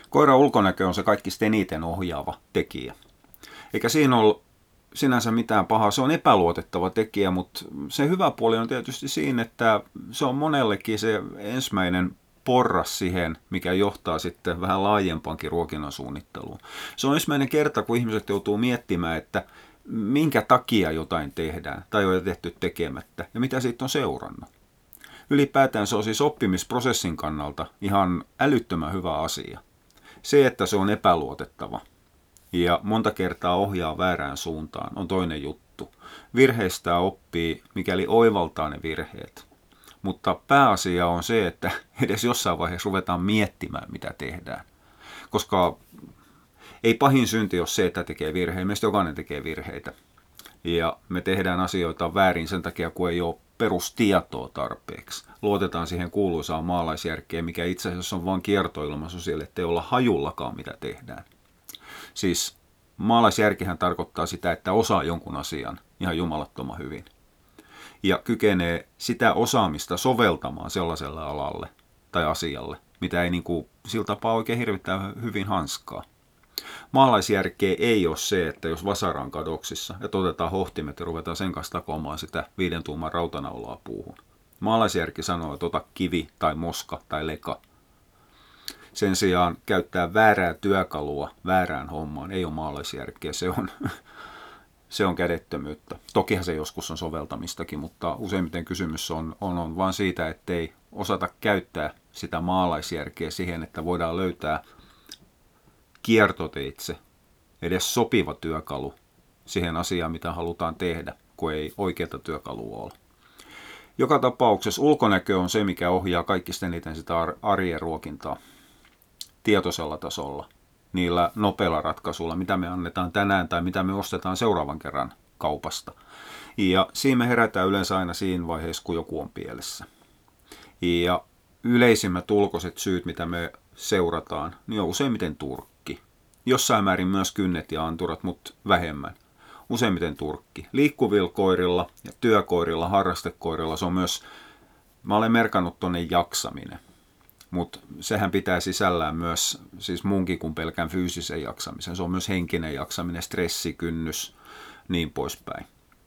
Koiran ulkonäkö on se kaikista eniten ohjaava tekijä. Eikä siinä ole sinänsä mitään pahaa. Se on epäluotettava tekijä, mutta se hyvä puoli on tietysti siinä, että se on monellekin se ensimmäinen porras siihen, mikä johtaa sitten vähän laajempaankin ruokinnan suunnitteluun. Se on ensimmäinen kerta, kun ihmiset joutuu miettimään, että minkä takia jotain tehdään tai on tehty tekemättä ja mitä siitä on seurannut. Ylipäätään se on siis oppimisprosessin kannalta ihan älyttömän hyvä asia. Se, että se on epäluotettava ja monta kertaa ohjaa väärään suuntaan, on toinen juttu. Virheistä oppii, mikäli oivaltaa ne virheet. Mutta pääasia on se, että edes jossain vaiheessa ruvetaan miettimään, mitä tehdään. Koska ei pahin synti ole se, että tekee virheitä. Meistä jokainen tekee virheitä. Ja me tehdään asioita väärin sen takia, kun ei ole perustietoa tarpeeksi. Luotetaan siihen kuuluisaan maalaisjärkeen, mikä itse asiassa on vain kiertoilmaisu siellä, ettei olla hajullakaan, mitä tehdään. Siis maalaisjärkihän tarkoittaa sitä, että osaa jonkun asian ihan jumalattoman hyvin. Ja kykenee sitä osaamista soveltamaan sellaiselle alalle tai asialle, mitä ei sillä tapaa oikein hirvittävän hyvin hanskaa. Maalaisjärkeä ei ole se, että jos vasara on kadoksissa ja otetaan hohtimet ja ruvetaan sen kanssa takomaan sitä 5 tuuman rautanaulaa puuhun. Maalaisjärki sanoo, että ota kivi tai moska tai leka. Sen sijaan käyttää väärää työkalua väärään hommaan ei ole maalaisjärkeä, se on kädettömyyttä. Tokihan se joskus on soveltamistakin, mutta useimmiten kysymys on vain siitä, ettei osata käyttää sitä maalaisjärkeä siihen, että voidaan löytää kiertoteitse, edes sopiva työkalu siihen asiaan, mitä halutaan tehdä, kun ei oikeata työkalua ole. Joka tapauksessa ulkonäkö on se, mikä ohjaa kaikista eniten sitä arjen ruokintaa tietoisella tasolla, niillä nopeilla ratkaisuilla, mitä me annetaan tänään tai mitä me ostetaan seuraavan kerran kaupasta. Ja siinä me herätään yleensä aina siinä vaiheessa, kun joku on pielessä. Ja yleisimmät ulkoiset syyt, mitä me seurataan, niin on useimmiten turkki. Jossain määrin myös kynnet ja anturat, mutta vähemmän. Useimmiten turkki. Liikkuvilla koirilla ja työkoirilla, harrastekoirilla se on myös, mä olen merkannut tuonne jaksaminen. Mutta sehän pitää sisällään myös siis muunkin kuin pelkän fyysisen jaksamisen. Se on myös henkinen jaksaminen, stressi, kynnys, niin poispäin.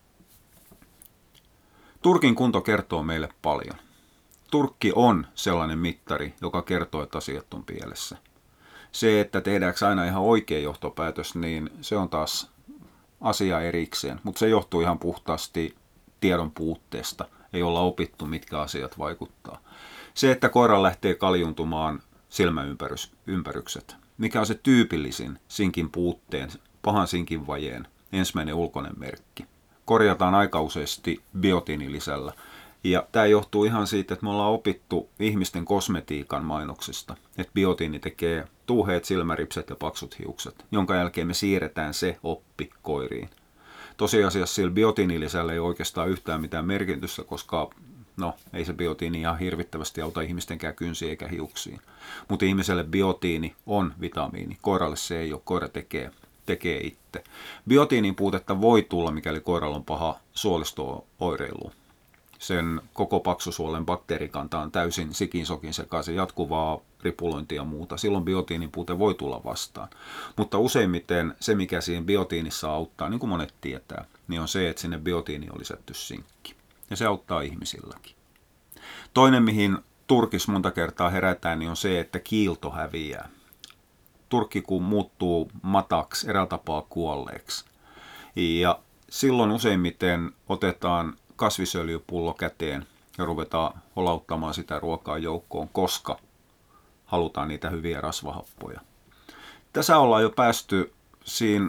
Turkin kunto kertoo meille paljon. Turkki on sellainen mittari, joka kertoo, että asiat on pielessä. Se, että tehdäänkö aina ihan oikea johtopäätös, niin se on taas asia erikseen. Mutta se johtuu ihan puhtaasti tiedon puutteesta. Ei olla opittu, mitkä asiat vaikuttaa. Se, että koira lähtee kaljuntumaan silmäympärykset, mikä on se tyypillisin sinkin puutteen, pahan sinkin vajeen ensimmäinen ulkoinen merkki. Korjataan aika useasti biotiinilisällä. Ja tämä johtuu ihan siitä, että me ollaan opittu ihmisten kosmetiikan mainoksista, että biotiini tekee tuuheet silmäripset ja paksut hiukset, jonka jälkeen me siirretään se oppi koiriin. Tosiasiassa sillä biotiinilisällä ei oikeastaan yhtään mitään merkitystä, koska ei se biotiini ihan hirvittävästi auta ihmistenkään kynsiin eikä hiuksiin. Mutta ihmiselle biotiini on vitamiini, koiralle se ei ole, koira tekee itse. Biotiinin puutetta voi tulla, mikäli koiralla on paha suolisto-oireilu. Sen koko paksusuolen bakteerikanta on täysin sikinsokin sekaisin, jatkuvaa ripulointia ja muuta. Silloin biotiinin puute voi tulla vastaan. Mutta useimmiten se, mikä siinä biotiinissa auttaa, niin kuin monet tietää, niin on se, että sinne biotiini on lisätty sinkki. Ja se auttaa ihmisilläkin. Toinen, mihin turkissa monta kertaa herätään, niin on se, että kiilto häviää. Turkki kun muuttuu mataksi, eräällä tapaa kuolleeksi. Ja silloin useimmiten otetaan kasvisöljypullo käteen ja ruvetaan holauttamaan sitä ruokaa joukkoon, koska halutaan niitä hyviä rasvahappoja. Tässä ollaan jo päästy siinä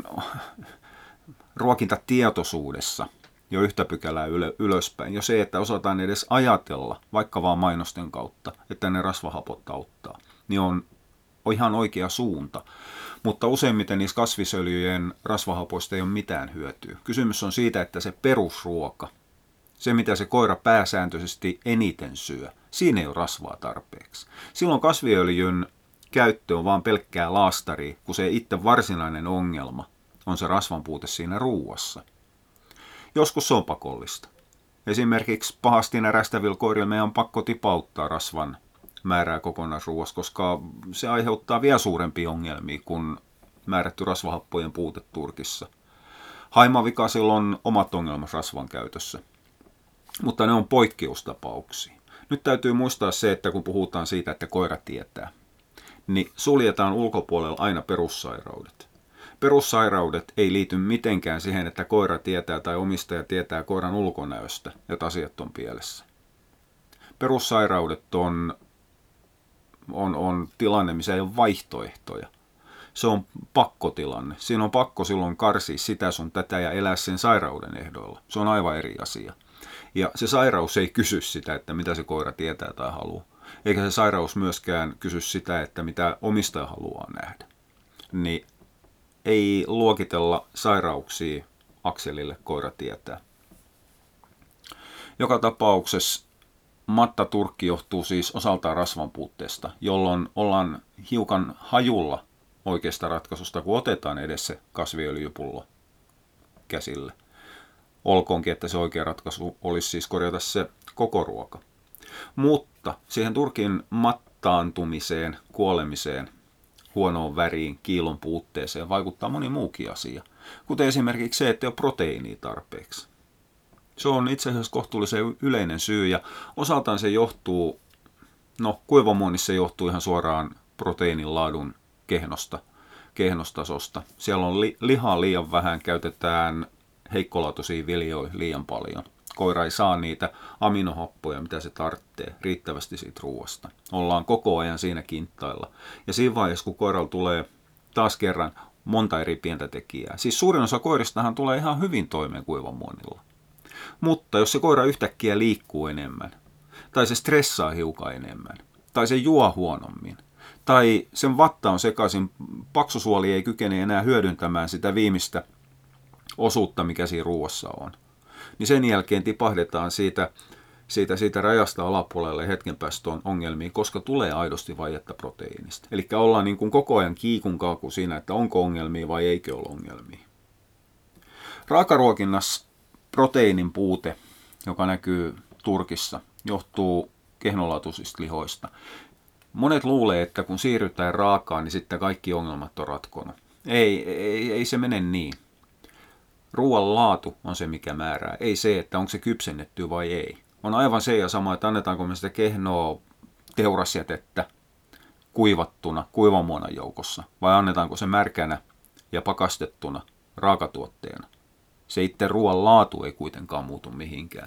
ruokintatietoisuudessa jo yhtä pykälää ylöspäin. Jo se, että osataan edes ajatella, vaikka vaan mainosten kautta, että ne rasvahapot auttaa, niin on ihan oikea suunta. Mutta useimmiten niissä kasvisöljyjen rasvahapoista ei ole mitään hyötyä. Kysymys on siitä, että se perusruoka, se mitä se koira pääsääntöisesti eniten syö, siinä ei ole rasvaa tarpeeksi. Silloin kasviöljyn käyttö on vaan pelkkää laastaria, kun se itse varsinainen ongelma on se rasvan puute siinä ruuassa. Joskus se on pakollista. Esimerkiksi pahasti närästävillä koirilla meidän on pakko tipauttaa rasvan määrää kokonaisruoassa, koska se aiheuttaa vielä suurempia ongelmia kuin määrätty rasvahappojen puute Turkissa. Haimavikasilla on omat ongelmat rasvan käytössä, mutta ne on poikkeustapauksia. Nyt täytyy muistaa se, että kun puhutaan siitä, että koira tietää, niin suljetaan ulkopuolella aina perussairaudet. Perussairaudet ei liity mitenkään siihen, että koira tietää tai omistaja tietää koiran ulkonäöstä, että asiat on pielessä. Perussairaudet on tilanne, missä ei ole vaihtoehtoja. Se on pakkotilanne. Siinä on pakko silloin karsia sitä sun tätä ja elää sen sairauden ehdoilla. Se on aivan eri asia. Ja se sairaus ei kysy sitä, että mitä se koira tietää tai haluaa. Eikä se sairaus myöskään kysy sitä, että mitä omistaja haluaa nähdä. Niin ei luokitella sairauksia akselille koira tietää. Joka tapauksessa mattaturkki johtuu siis osaltaan rasvan puutteesta, jolloin ollaan hiukan hajulla oikeasta ratkaisusta, kun otetaan edes se kasviöljypullo käsille. Olkoonkin, että se oikea ratkaisu olisi siis korjata se koko ruoka. Mutta siihen turkin mattaantumiseen, kuolemiseen, huonoon väriin, kiilon puutteeseen vaikuttaa moni muukin asia, kuten esimerkiksi se, että ei ole proteiinia tarpeeksi. Se on itse asiassa kohtuullisen yleinen syy ja osaltaan se johtuu, kuivamuonnissa se johtuu ihan suoraan proteiinin laadun kehnostasosta. Siellä on lihaa liian vähän, käytetään heikkolaatuisia viljoja liian paljon. Koira ei saa niitä aminohappoja, mitä se tarvitsee, riittävästi siitä ruoasta. Ollaan koko ajan siinä kinttailla. Ja siinä vaiheessa, kun koiralla tulee taas kerran monta eri pientä tekijää. Siis suurin osa koiristahan tulee ihan hyvin toimeen kuivamuonnilla. Mutta jos se koira yhtäkkiä liikkuu enemmän, tai se stressaa hiukan enemmän, tai se juo huonommin, tai sen vatta on sekaisin, paksusuoli ei kykene enää hyödyntämään sitä viimeistä osuutta, mikä siinä ruoassa on, niin sen jälkeen tipahdetaan siitä rajasta alapuolelle ja hetken päästä on ongelmia, koska tulee aidosti vajetta proteiinista. Eli ollaan niin kuin koko ajan kiikun kaaku siinä, että onko ongelmia vai eikö ole ongelmia. Raakaruokinnassa proteiinin puute, joka näkyy Turkissa, johtuu kehnolaatuisista lihoista. Monet luulee, että kun siirrytään raakaan, niin sitten kaikki ongelmat on ratkonut. Ei se mene niin. Ruoan laatu on se, mikä määrää. Ei se, että onko se kypsennetty vai ei. On aivan se ja sama, että annetaanko me sitä kehnoa teurasjätettä kuivattuna kuivamuonan joukossa, vai annetaanko se märkänä ja pakastettuna raakatuotteena. Se itse ruoan laatu ei kuitenkaan muutu mihinkään.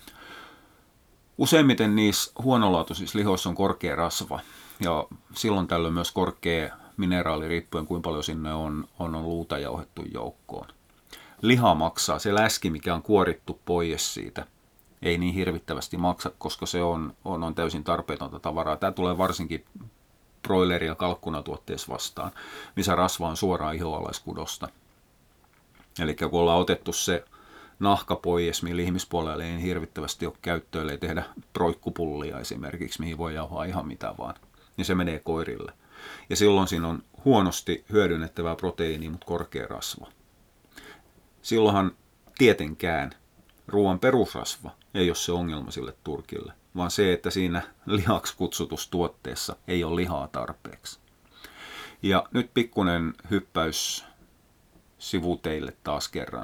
Useimmiten niissä huonolaatuisissa lihoissa on korkea rasva ja silloin tällöin myös korkea mineraali riippuen kuinka paljon sinne on luuta jauhettu joukkoon. Liha maksaa, se läski mikä on kuorittu pois siitä, ei niin hirvittävästi maksa, koska se on täysin tarpeetonta tavaraa. Tämä tulee varsinkin broileri- ja kalkkunatuotteessa vastaan, missä rasva on suoraan ihoalaiskudosta. Eli kun ollaan otettu se nahka pois, millä ihmispuolella ei hirvittävästi ole käyttöä, ei tehdä proikkupullia esimerkiksi, mihin voi jauhaa ihan mitä vaan, niin se menee koirille. Ja silloin siinä on huonosti hyödynnettävää proteiinia, mutta korkea rasva. Silloinhan tietenkään ruoan perusrasva ei ole se ongelma sille turkille, vaan se, että siinä lihaksi kutsutustuotteessa ei ole lihaa tarpeeksi. Ja nyt pikkuinen hyppäys sivuteille taas kerran.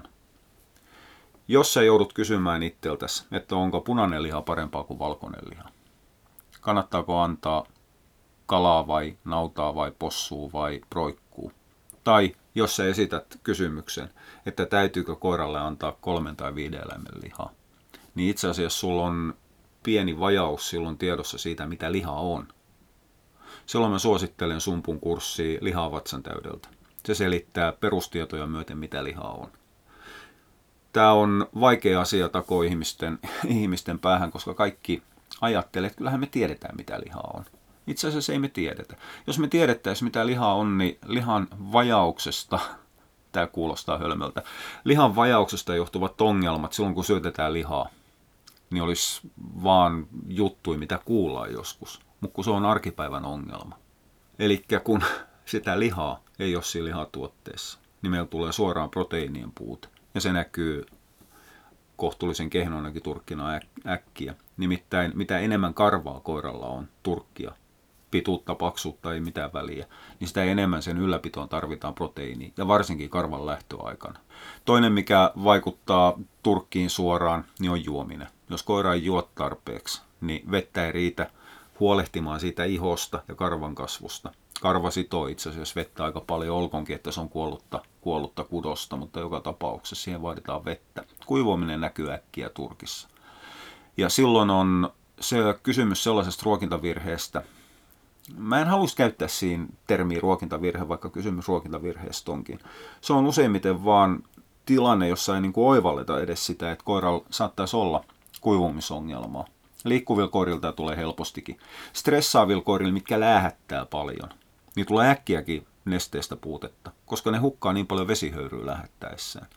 Jos sä joudut kysymään itseltäsi, että onko punainen liha parempaa kuin valkoinen liha, kannattaako antaa kalaa vai nautaa vai possua vai proikkuu, tai jos sä esität kysymyksen, että täytyykö koiralle antaa 3 tai 5 eläimen lihaa, niin itse asiassa sulla on pieni vajaus silloin tiedossa siitä, mitä liha on. Silloin mä suosittelen Sumpun kurssia lihaa vatsan täydeltä. Se selittää perustietoja myöten, mitä lihaa on. Tämä on vaikea asia takoa ihmisten päähän, koska kaikki ajattelee, että kyllähän me tiedetään, mitä lihaa on. Itse asiassa ei me tiedetä. Jos me tiedettäisiin, mitä liha on, niin lihan vajauksesta, tämä kuulostaa hölmöltä, lihan vajauksesta johtuvat ongelmat silloin, kun syötetään lihaa, niin olisi vaan juttui, mitä kuullaan joskus. Mutta kun se on arkipäivän ongelma. Eli kun sitä lihaa ei ole siinä lihatuotteessa, niin meillä tulee suoraan proteiinien puute. Ja se näkyy kohtuullisen kehnoinakin turkkina äkkiä. Nimittäin mitä enemmän karvaa koiralla on turkkia, pituutta, paksuutta, ei mitään väliä, niin sitä enemmän sen ylläpitoon tarvitaan proteiinia, ja varsinkin karvan lähtöaikana. Toinen, mikä vaikuttaa turkkiin suoraan, niin on juominen. Jos koira ei juo tarpeeksi, niin vettä ei riitä huolehtimaan siitä ihosta ja karvan kasvusta. Karva sitoo itse asiassa vettä aika paljon, olkoonkin, että se on kuollutta kudosta, mutta joka tapauksessa siihen vaaditaan vettä. Kuivuminen näkyy äkkiä turkissa. Ja silloin on se kysymys sellaisesta ruokintavirheestä. Mä en halus käyttää siinä termiä ruokintavirhe, vaikka kysymys ruokintavirheestä onkin. Se on useimmiten vaan tilanne, jossa ei niin kuin oivalleta edes sitä, että koiralla saattaisi olla kuivumisongelmaa. Liikkuvilla koirilla tämä tulee helpostikin. Stressaavilla koirilla, mitkä läähättää paljon, niin tulee äkkiäkin nesteestä puutetta, koska ne hukkaa niin paljon vesihöyryä lähettäessään.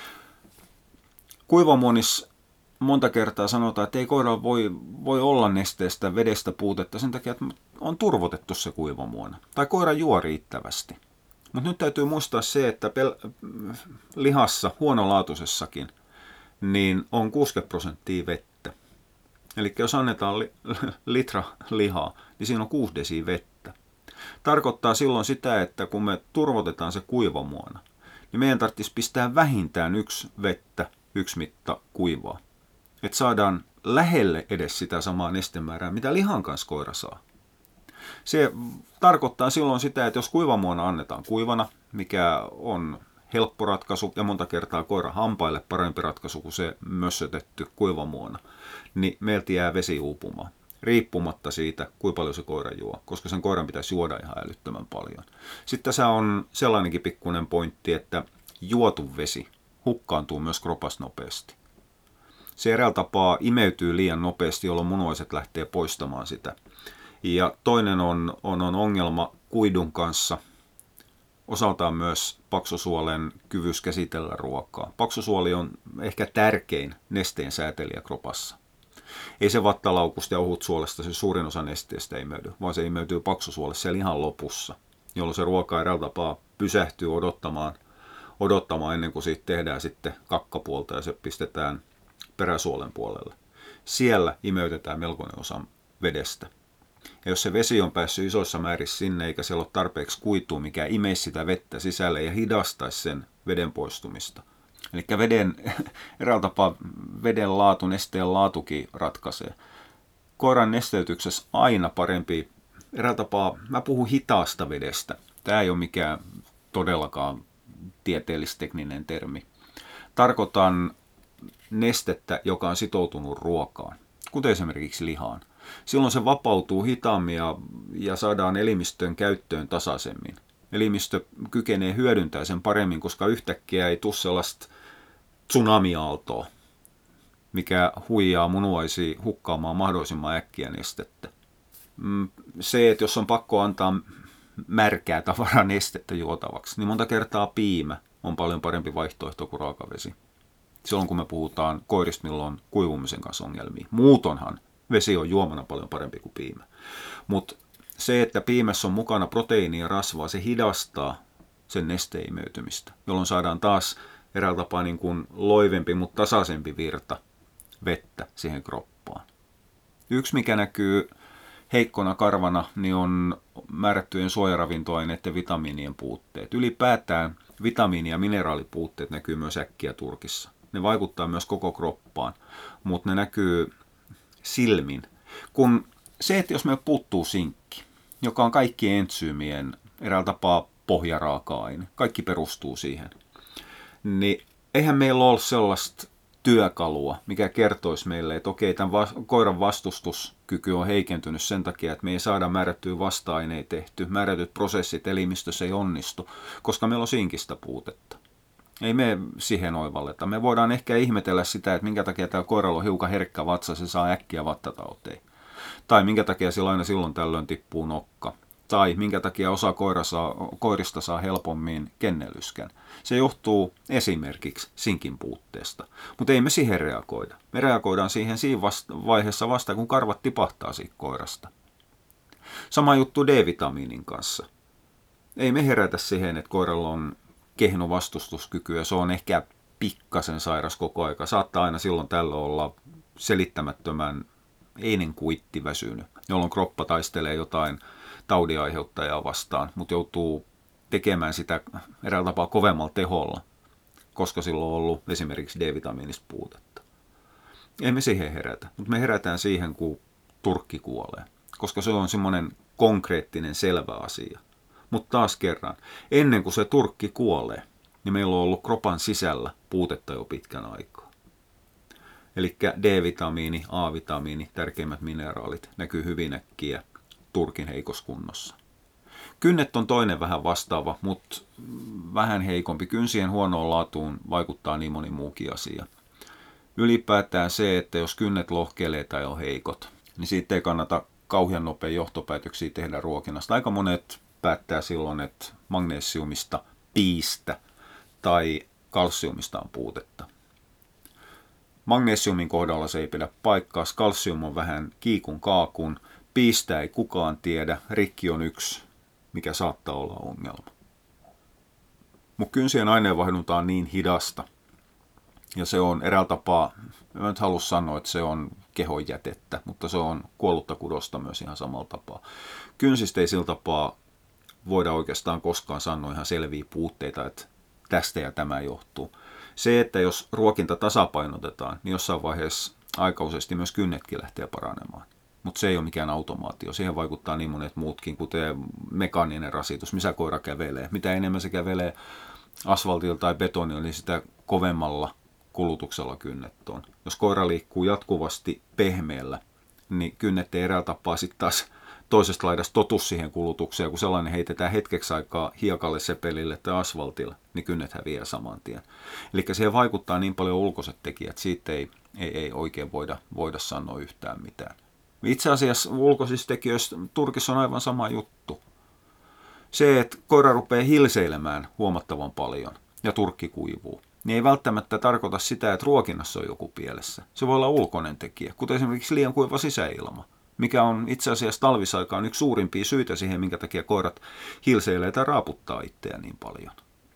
Kuivamuonissa monta kertaa sanotaan, että ei koiralla voi olla nesteestä, vedestä puutetta sen takia, että on turvotettu se kuivamuona. Tai koira juo riittävästi. Mutta nyt täytyy muistaa se, että lihassa, huonolaatuisessakin, niin on 60% vettä. Eli jos annetaan litra lihaa, niin siinä on 6 desiä vettä. Tarkoittaa silloin sitä, että kun me turvotetaan se kuivamuona, niin meidän tarvitsisi pistää vähintään 1 vettä, 1 mitta kuivaa. Että saadaan lähelle edes sitä samaa nestemäärää, mitä lihan kanssa koira saa. Se tarkoittaa silloin sitä, että jos kuivamuona annetaan kuivana, mikä on helppo ratkaisu ja monta kertaa koira hampaille parempi ratkaisu kuin se mössötetty kuivamuona, niin meiltä jää vesi uupumaan, riippumatta siitä, kuinka paljon se koira juo, koska sen koiran pitäisi juoda ihan älyttömän paljon. Sitten tässä on sellainenkin pikkuinen pointti, että juotu vesi hukkaantuu myös kropassa nopeasti. Se eräällä tapaa imeytyy liian nopeasti, jolloin munuaiset lähtee poistamaan sitä. Ja toinen on ongelma kuidun kanssa, osaltaan myös paksusuolen kyvys käsitellä ruokaa. Paksusuoli on ehkä tärkein nesteen säätelijä kropassa. Ei se vattalaukusta ja ohutsuolesta se suurin osa nesteestä imeydy, vaan se imeytyy paksusuolessa siellä ihan lopussa, jolloin se ruoka eräällä tapaa pysähtyy odottamaan ennen kuin siitä tehdään sitten kakkapuolta ja se pistetään peräsuolen puolelle. Siellä imeytetään melkoinen osa vedestä. Ja jos se vesi on päässyt isoissa määrissä sinne, eikä siellä ole tarpeeksi kuitua, mikä imeisi sitä vettä sisälle ja hidastaisi sen veden poistumista. Eli eräällä tapaa veden laatu, nesteen laatukin ratkaisee. Koiran nesteytyksessä aina parempi, eräällä tapaa, mä puhun hitaasta vedestä. Tämä ei ole mikään todellakaan tieteellis-tekninen termi. Tarkoitan nestettä, joka on sitoutunut ruokaan, kuten esimerkiksi lihaan. Silloin se vapautuu hitaammin ja saadaan elimistön käyttöön tasaisemmin. Elimistö kykenee hyödyntämään sen paremmin, koska yhtäkkiä ei tule sellaista tsunami-aaltoa, mikä huijaa munuaisia hukkaamaan mahdollisimman äkkiä nestettä. Se, että jos on pakko antaa märkää tavaraa nestettä juotavaksi, niin monta kertaa piimä on paljon parempi vaihtoehto kuin raakavesi. Silloin kun me puhutaan koirista, millä on kuivumisen kanssa ongelmia. Muutonhan vesi on juomana paljon parempi kuin piimä. Mutta se, että piimässä on mukana proteiinia ja rasvaa, se hidastaa sen nesteen imeytymistä, jolloin saadaan taas eräällä tapaa niin kuin loivempi, mutta tasaisempi virta vettä siihen kroppaan. Yksi, mikä näkyy heikkona karvana, niin on määrättyjen suojaravintoaineiden vitamiinien puutteet. Ylipäätään vitamiini- ja mineraalipuutteet näkyy myös äkkiä turkissa. Ne vaikuttaa myös koko kroppaan, mutta ne näkyy silmin. Kun se, että jos me puuttuu sinkki, joka on kaikkien entsyymien eräällä tapaa pohjaraaka-aine, kaikki perustuu siihen, niin eihän meillä ole sellaista työkalua, mikä kertoisi meille, että okei, tämän koiran vastustuskyky on heikentynyt sen takia, että me ei saada määrättyä vasta-aineita tehty, määrätyt prosessit elimistössä ei onnistu, koska meillä on sinkistä puutetta. Ei me siihen oivalleta. Me voidaan ehkä ihmetellä sitä, että minkä takia tämä koiralla on hiukan herkkä vatsa, se saa äkkiä vattatauteja. Tai minkä takia sillä aina silloin tällöin tippuu nokka. Tai minkä takia osa koirista saa helpommin kennelyskän. Se johtuu esimerkiksi sinkin puutteesta. Mutta ei me siihen reagoida. Me reagoidaan siihen siinä vaiheessa vasta, kun karvat tipahtaa siitä koirasta. Sama juttu D-vitamiinin kanssa. Ei me herätä siihen, että koiralla on kehno vastustuskyky ja se on ehkä pikkasen sairas koko aika. Saattaa aina silloin tällöin olla selittämättömän einen kuittiväsynyt, jolloin kroppa taistelee jotain taudinaiheuttajaa vastaan, mutta joutuu tekemään sitä eräällä tapaa kovemmalla teholla, koska silloin on ollut esimerkiksi D-vitamiinista puutetta. Ei me siihen herätä, mutta me herätään siihen, kun turkki kuolee, koska se on semmoinen konkreettinen selvä asia. Mutta taas kerran, ennen kuin se turkki kuolee, niin meillä on ollut kropan sisällä puutetta jo pitkän aikaa. Eli D-vitamiini, A-vitamiini, tärkeimmät mineraalit näkyy hyvin äkkiä turkin heikossa kunnossa. Kynnet on toinen vähän vastaava, mutta vähän heikompi. Kynsien huonoon laatuun vaikuttaa niin moni muukin asia. Ylipäätään se, että jos kynnet lohkeilee tai on heikot, niin siitä ei kannata kauhean nopein johtopäätöksiä tehdä ruokinnasta. Aika monet päättää silloin, että magnesiumista, piistä tai kalsiumista on puutetta. Magnesiumin kohdalla se ei pidä paikkaa, kalsium on vähän kiikun kaakun, piistä ei kukaan tiedä, rikki on yksi, mikä saattaa olla ongelma. Mutta kynsien aineenvaihdunta on niin hidasta, ja se on eräällä tapaa, en nyt halua sanoa, että se on kehon jätettä, mutta se on kuollutta kudosta myös ihan samalla tapaa. Kynsistä ei sillä tapaa voida oikeastaan koskaan sanoa ihan selviä puutteita, että tästä ja tämä johtuu. Se, että jos ruokinta tasapainotetaan, niin jossain vaiheessa aikaisesti myös kynnetkin lähtee paranemaan. Mutta se ei ole mikään automaatio. Siihen vaikuttaa niin monet muutkin, kuten mekaaninen rasitus, missä koira kävelee. Mitä enemmän se kävelee asfaltilla tai betonilla, niin sitä kovemmalla kulutuksella kynnet on. Jos koira liikkuu jatkuvasti pehmeällä, niin kynnet ei eräällä tapaa sitten taas toisesta laidasta totu siihen kulutukseen. Kun sellainen heitetään hetkeksi aikaa hiekalle, sepelille tai asfaltilla, niin kynnet häviää saman tien. Eli siihen vaikuttaa niin paljon ulkoiset tekijät, siitä ei oikein voida sanoa yhtään mitään. Itse asiassa ulkoisista tekijöistä turkissa on aivan sama juttu. Se, että koira rupeaa hilseilemään huomattavan paljon ja turkki kuivuu, niin ei välttämättä tarkoita sitä, että ruokinnassa on joku pielessä. Se voi olla ulkoinen tekijä, kuten esimerkiksi liian kuiva sisäilma, mikä on itse asiassa talvisaikaan yksi suurimpia syitä siihen, minkä takia koirat hilseilee tai raaputtaa itseään niin paljon.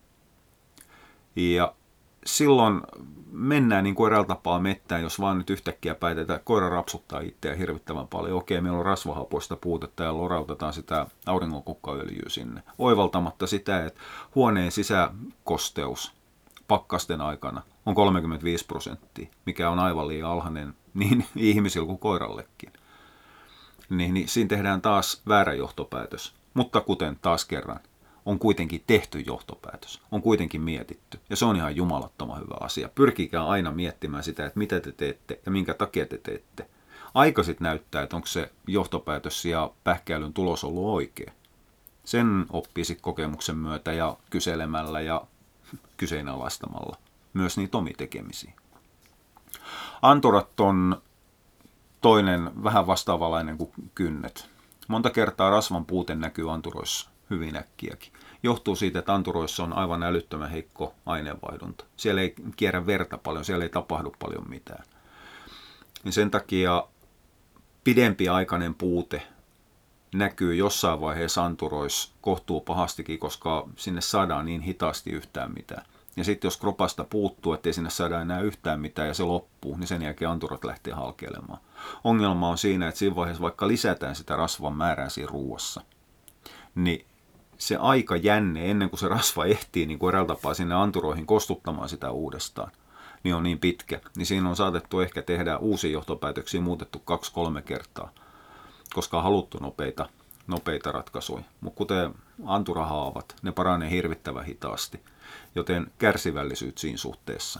Ja silloin mennään niin kuin eräällä tapaa mettään, jos vaan nyt yhtäkkiä päätetään, että koira rapsuttaa itseään hirvittävän paljon. Okei, meillä on rasvahapoista puutetta ja lorautetaan sitä auringonkukkaöljyä sinne. Oivaltamatta sitä, että huoneen sisäkosteus pakkasten aikana on 35%, mikä on aivan liian alhainen niin ihmisillä kuin koirallekin. Niin siinä tehdään taas väärä johtopäätös. Mutta kuten taas kerran, on kuitenkin tehty johtopäätös, on kuitenkin mietitty. Ja se on ihan jumalattoman hyvä asia. Pyrkikää aina miettimään sitä, että mitä te teette ja minkä takia te teette. Aika sitten näyttää, että onko se johtopäätös ja pähkäilyn tulos ollut oikea. Sen oppii sitten kokemuksen myötä ja kyselemällä ja kyseenalaistamalla myös niitä omia tekemisiä. Anturat on toinen vähän vastaavalainen kuin kynnet. Monta kertaa rasvan puute näkyy anturoissa hyvin äkkiäkin. Johtuu siitä, että anturoissa on aivan älyttömän heikko aineenvaihdunta. Siellä ei kierrä verta paljon, siellä ei tapahdu paljon mitään. Ja sen takia pidempiaikainen puute näkyy jossain vaiheessa anturoissa kohtuu pahastikin, koska sinne saadaan niin hitaasti yhtään mitään. Ja sitten jos kropasta puuttuu, ettei sinne saada enää yhtään mitään ja se loppuu, niin sen jälkeen anturat lähtee halkeilemaan. Ongelma on siinä, että siinä vaiheessa vaikka lisätään sitä rasvan määrää siinä ruuassa, niin se aika jänne ennen kuin se rasva ehtii niin kuin eräällä tapaa sinne anturoihin kostuttamaan sitä uudestaan, niin on niin pitkä. Niin siinä on saatettu ehkä tehdä uusia johtopäätöksiä, muutettu 2-3 kertaa, koska on haluttu nopeita ratkaisuja. Mutta kuten anturahaavat, ne paranee hirvittävän hitaasti, joten kärsivällisyyttä siinä suhteessa.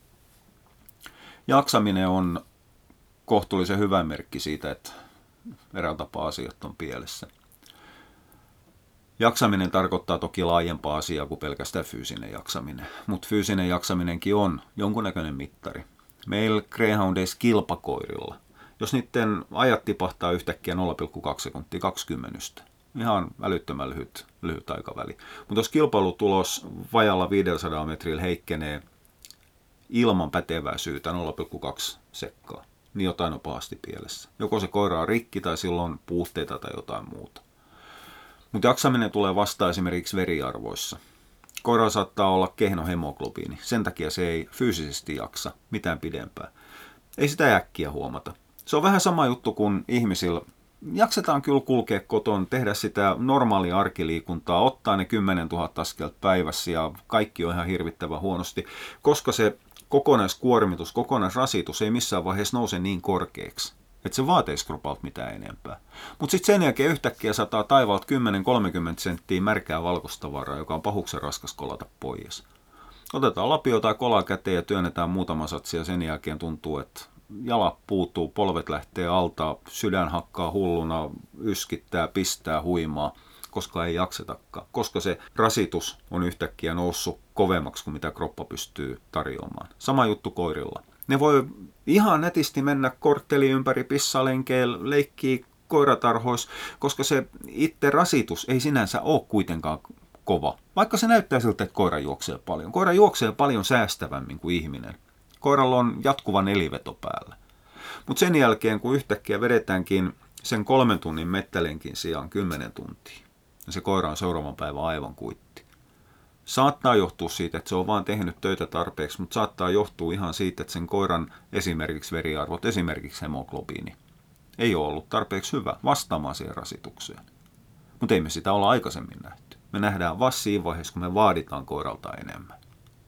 Jaksaminen on kohtuullisen hyvä merkki siitä, että eräällä tapaa asiat on pielessä. Jaksaminen tarkoittaa toki laajempaa asiaa kuin pelkästään fyysinen jaksaminen, mutta fyysinen jaksaminenkin on jonkunnäköinen mittari. Meillä greyhoundeissa kilpakoirilla, jos niiden ajat tipahtaa yhtäkkiä 0,2 sekuntia 20, ihan älyttömän lyhyt aikaväli. Mutta jos kilpailutulos vajalla 500 metrillä heikkenee ilman pätevää syytä 0,2 sekkaa, niin jotain on pahasti pielessä. Joko se koira on rikki tai sillä on puutteita tai jotain muuta. Mutta jaksaminen tulee vastaan esimerkiksi veriarvoissa. Koira saattaa olla kehno hemoglobiini. Sen takia se ei fyysisesti jaksa mitään pidempään. Ei sitä äkkiä huomata. Se on vähän sama juttu kuin ihmisillä. Jaksetaan kyllä kulkea koton, tehdä sitä normaalia arkiliikuntaa, ottaa ne 10 000 askelta päivässä ja kaikki on ihan hirvittävän huonosti, koska se kokonaiskuormitus, kokonaisrasitus ei missään vaiheessa nouse niin korkeaksi, että se vaatii skropalta mitään enempää. Mutta sitten sen jälkeen yhtäkkiä sataa taivaalta 10-30 senttiä märkää valkostavaraa, joka on pahuksen raskas kolata pois. Otetaan lapio tai kolaa käteen ja työnnetään muutama satsi ja sen jälkeen tuntuu, että jalat puuttuu, polvet lähtee alta, sydän hakkaa hulluna, yskittää, pistää, huimaa, koska ei jaksetakaan. Koska se rasitus on yhtäkkiä noussut kovemmaksi kuin mitä kroppa pystyy tarjoamaan. Sama juttu koirilla. Ne voi ihan netisti mennä kortteliin ympäri pissalenkeillä, leikkiä koiratarhoissa, koska se itse rasitus ei sinänsä ole kuitenkaan kova. Vaikka se näyttää siltä, että koira juoksee paljon. Koira juoksee paljon säästävämmin kuin ihminen. Koiralla on jatkuva neliveto päällä. Mutta sen jälkeen, kun yhtäkkiä vedetäänkin sen 3 tunnin mettälenkin sijaan 10 tuntia, ja se koira on seuraavan päivän aivan kuitti. Saattaa johtua siitä, että se on vaan tehnyt töitä tarpeeksi, mutta saattaa johtua ihan siitä, että sen koiran esimerkiksi veriarvot, esimerkiksi hemoglobiini, ei ole ollut tarpeeksi hyvä vastaamaan siihen rasitukseen. Mutta ei me sitä olla aikaisemmin nähty. Me nähdään vasta siinä vaiheessa, kun me vaaditaan koiralta enemmän.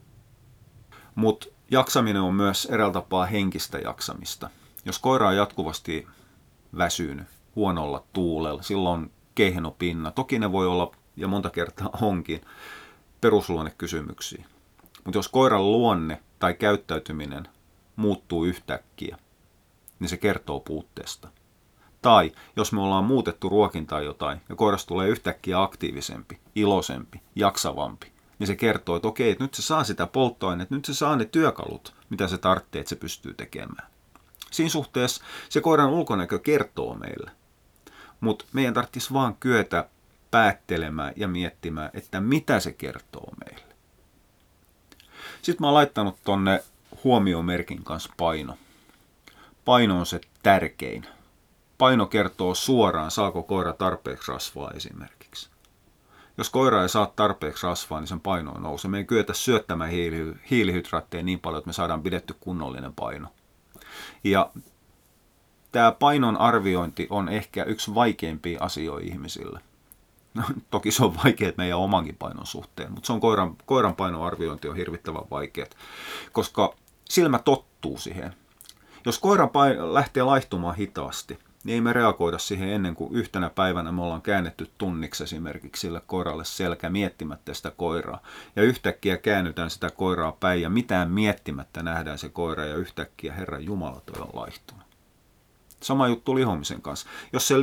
Mutta jaksaminen on myös eräällä tapaa henkistä jaksamista. Jos koira on jatkuvasti väsynyt, huonolla tuulella, silloin kehno pinna. Toki ne voi olla, ja monta kertaa onkin, perusluonnekysymyksiä. Mutta jos koiran luonne tai käyttäytyminen muuttuu yhtäkkiä, niin se kertoo puutteesta. Tai jos me ollaan muutettu ruokintaa jotain, ja koirasta tulee yhtäkkiä aktiivisempi, iloisempi, jaksavampi, niin se kertoo, että okei, että nyt se saa sitä polttoainetta, nyt se saa ne työkalut, mitä se tarvitsee, että se pystyy tekemään. Siinä suhteessa se koiran ulkonäkö kertoo meille, mutta meidän tarvitsisi vaan kyetä päättelemään ja miettimään, että mitä se kertoo meille. Sitten mä oon laittanut tonne huomiomerkin kanssa paino. Paino on se tärkein. Paino kertoo suoraan, saako koira tarpeeksi rasvaa esimerkiksi. Jos koira ei saa tarpeeksi rasvaa, niin sen paino nousee. Me ei kyetä syöttämään hiilihydraatteja niin paljon, että me saadaan pidetty kunnollinen paino. Ja tämä painon arviointi on ehkä yksi vaikeimpia asioita ihmisille. No, toki se on vaikeaa meidän omankin painon suhteen, mutta se on koiran painon arviointi on hirvittävän vaikeaa, koska silmä tottuu siihen. Jos koira lähtee laihtumaan hitaasti, niin ei me reagoida siihen ennen kuin yhtenä päivänä me ollaan käännetty tunniksi esimerkiksi sille koiralle selkä miettimättä sitä koiraa. Ja yhtäkkiä käännytään sitä koiraa päin ja mitään miettimättä nähdään se koira ja yhtäkkiä Herran Jumala toi on laihtunut. Sama juttu lihomisen kanssa. Jos se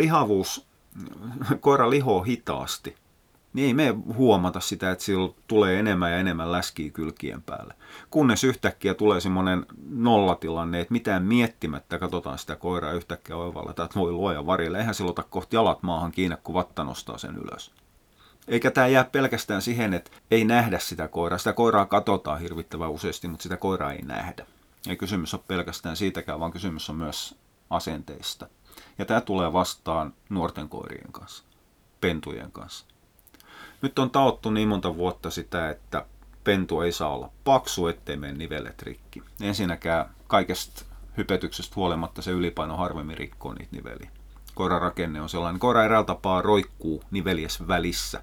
koira lihoo hitaasti, niin ei me huomata sitä, että sillä tulee enemmän ja enemmän läskiä kylkien päälle. Kunnes yhtäkkiä tulee semmoinen nollatilanne, että mitään miettimättä katsotaan sitä koiraa yhtäkkiä oivalletaan, että voi luoja varille. Eihän sillä ota kohta jalat maahan kiinni, kun vatta nostaa sen ylös. Eikä tämä jää pelkästään siihen, että ei nähdä sitä koiraa. Sitä koiraa katsotaan hirvittävän useasti, mutta sitä koiraa ei nähdä. Ei kysymys ole pelkästään siitäkään, vaan kysymys on myös asenteista. Ja tämä tulee vastaan nuorten koirien kanssa, pentujen kanssa. Nyt on taottu niin monta vuotta sitä, että pentu ei saa olla paksu, ettei mene nivelet rikki. Ensinnäkään kaikesta hypetyksestä huolimatta se ylipaino harvemmin rikkoo niitä niveliä. Koiran rakenne on sellainen, koira eräällä tapaa roikkuu nivelies välissä.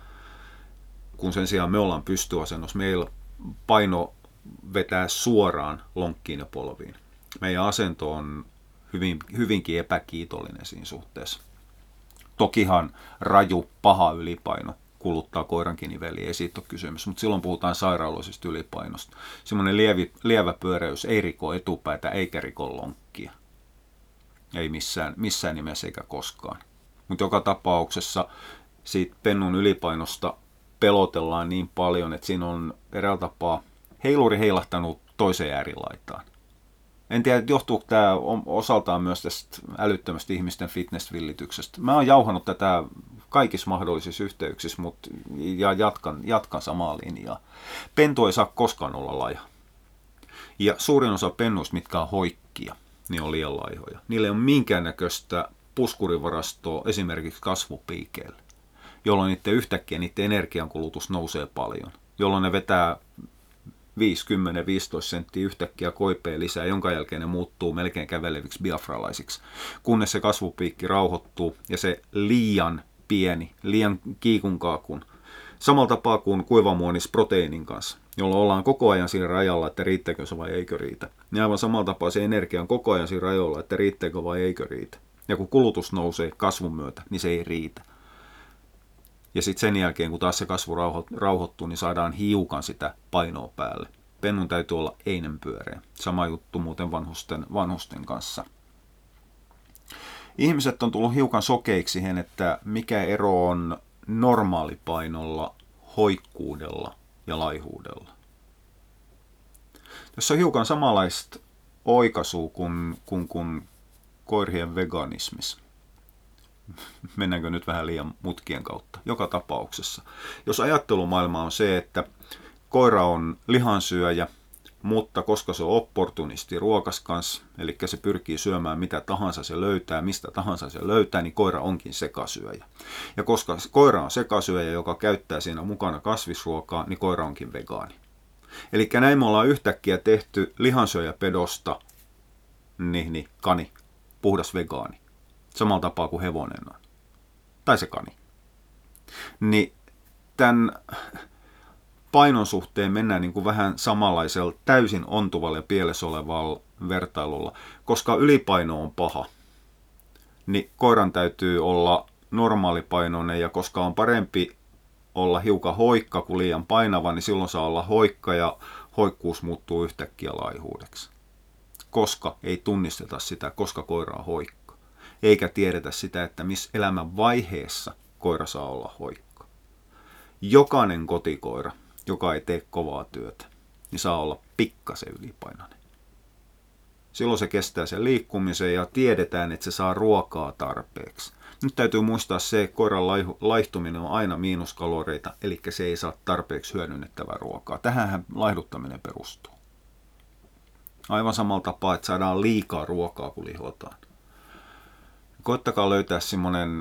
Kun sen sijaan me ollaan pystyasennossa, meillä paino vetää suoraan lonkkiin ja polviin. Meidän asento on hyvinkin epäkiitollinen siinä suhteessa. Tokihan raju, paha ylipaino kuluttaa koirankin niveliä, ei siitä ole kysymys, mutta silloin puhutaan sairaaloisesta ylipainosta. Semmoinen lievä pyöreys ei riko etupäätä eikä riko lonkkia. Ei missään nimessä eikä koskaan. Mutta joka tapauksessa siitä pennun ylipainosta pelotellaan niin paljon, että siinä on eräällä tapaa heiluri heilahtanut toiseen äärilaitaan. En tiedä, johtuuko tämä osaltaan myös tästä älyttömästä ihmisten fitness-villityksestä. Mä oon jauhanut tätä kaikissa mahdollisissa yhteyksissä, ja jatkan samaa linjaa. Pentu ei saa koskaan olla laiha. Ja suurin osa pennuista, mitkä on hoikkia, niin on liian laihoja. Niillä ei ole minkäännäköistä puskurivarastoa esimerkiksi kasvupiikeille, jolloin yhtäkkiä niiden energiankulutus nousee paljon. jolloin ne vetää 5-10-15 senttiä yhtäkkiä koipea lisää, jonka jälkeen ne muuttuu melkein käveleviksi biafralaisiksi, kunnes se kasvupiikki rauhoittuu ja se liian pieni, liian kiikunkaakun, samalla tapaa kuin kuivamuonissa proteiinin kanssa, jolloin ollaan koko ajan siinä rajalla, että riittääkö se vai eikö riitä. Niin aivan samalla tapaa se energia on koko ajan siinä rajalla, että riittääkö vai eikö riitä. Ja kun kulutus nousee kasvun myötä, niin se ei riitä. Ja sitten sen jälkeen, kun taas se kasvu rauhoittuu, niin saadaan hiukan sitä painoa päälle. Pennun täytyy olla einenpyöreä. Sama juttu muuten vanhusten kanssa. Ihmiset on tullut hiukan sokeiksi siihen, että mikä ero on normaalipainolla, hoikkuudella ja laihuudella. Tässä on hiukan samanlaista oikaisua kuin koirien veganismissa. Mennäänkö nyt vähän liian mutkien kautta? Joka tapauksessa. Jos ajattelumaailma on se, että koira on lihansyöjä, mutta koska se on opportunisti ruokas kanssa, eli se pyrkii syömään mitä tahansa se löytää, mistä tahansa se löytää, niin koira onkin sekasyöjä. Ja koska koira on sekasyöjä, joka käyttää siinä mukana kasvisruokaa, niin koira onkin vegaani. Eli näin me ollaan yhtäkkiä tehty lihansyöjäpedosta kani, puhdas vegaani. Samalla tapaa kuin hevonen on. Tai se kani. Niin tämän painon suhteen mennään niin kuin vähän samanlaisella täysin ontuvalla ja pielessä olevalla vertailulla. Koska ylipaino on paha, niin koiran täytyy olla normaalipainoinen, ja koska on parempi olla hiukan hoikka kuin liian painava, niin silloin saa olla hoikka ja hoikkuus muuttuu yhtäkkiä laihuudeksi. Koska ei tunnisteta sitä, koska koira on hoikka. Eikä tiedetä sitä, että missä elämän vaiheessa koira saa olla hoikka. Jokainen kotikoira, joka ei tee kovaa työtä, niin saa olla pikkasen ylipainoinen. Silloin se kestää sen liikkumisen ja tiedetään, että se saa ruokaa tarpeeksi. Nyt täytyy muistaa se, että koiran laihtuminen on aina miinuskaloreita, eli se ei saa tarpeeksi hyödynnettävää ruokaa. Tähänhän laihduttaminen perustuu. Aivan samalla tapaa, että saadaan liikaa ruokaa, kun lihotaan. Koittakaa löytää semmoinen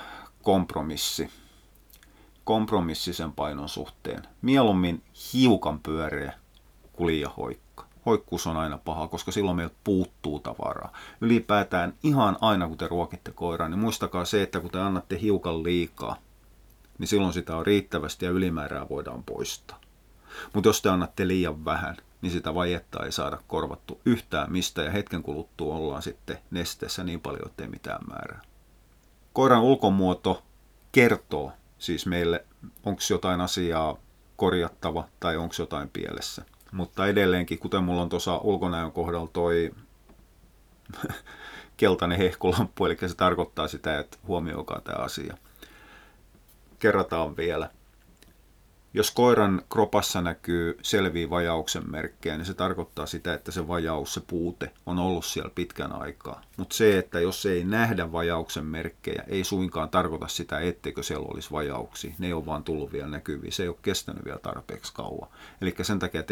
kompromissi sen painon suhteen. Mieluummin hiukan pyöreä kuin liian hoikka. Hoikkuus on aina paha, koska silloin meiltä puuttuu tavaraa. Ylipäätään ihan aina, kun te ruokitte koiraa, niin muistakaa se, että kun te annatte hiukan liikaa, niin silloin sitä on riittävästi ja ylimäärää voidaan poistaa. Mutta jos te annatte liian vähän, niin sitä vajetta ei saada korvattu yhtään mistä, ja hetken kuluttua ollaan sitten nesteessä niin paljon, ettei mitään määrää. Koiran ulkomuoto kertoo siis meille, onko jotain asiaa korjattava tai onko jotain pielessä. Mutta edelleenkin, kuten mulla on tuossa ulkonäön kohdalla toi keltainen hehkulamppu, eli se tarkoittaa sitä, että huomioikaa tämä asia. Kerrataan vielä. Jos koiran kropassa näkyy selviä vajauksen merkkejä, niin se tarkoittaa sitä, että se vajaus, se puute on ollut siellä pitkän aikaa. Mutta se, että jos ei nähdä vajauksen merkkejä, ei suinkaan tarkoita sitä, etteikö siellä olisi vajauksia. Ne ei ole vaan tullut vielä näkyviä. Se ei ole kestänyt vielä tarpeeksi kauan. Eli sen takia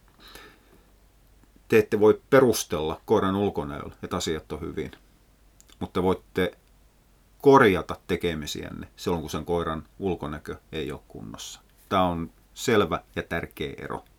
te ette voi perustella koiran ulkonäöllä, että asiat on hyvin. Mutta te voitte korjata tekemisiänne silloin, kun sen koiran ulkonäkö ei ole kunnossa. Tämä on selvä ja tärkeä ero.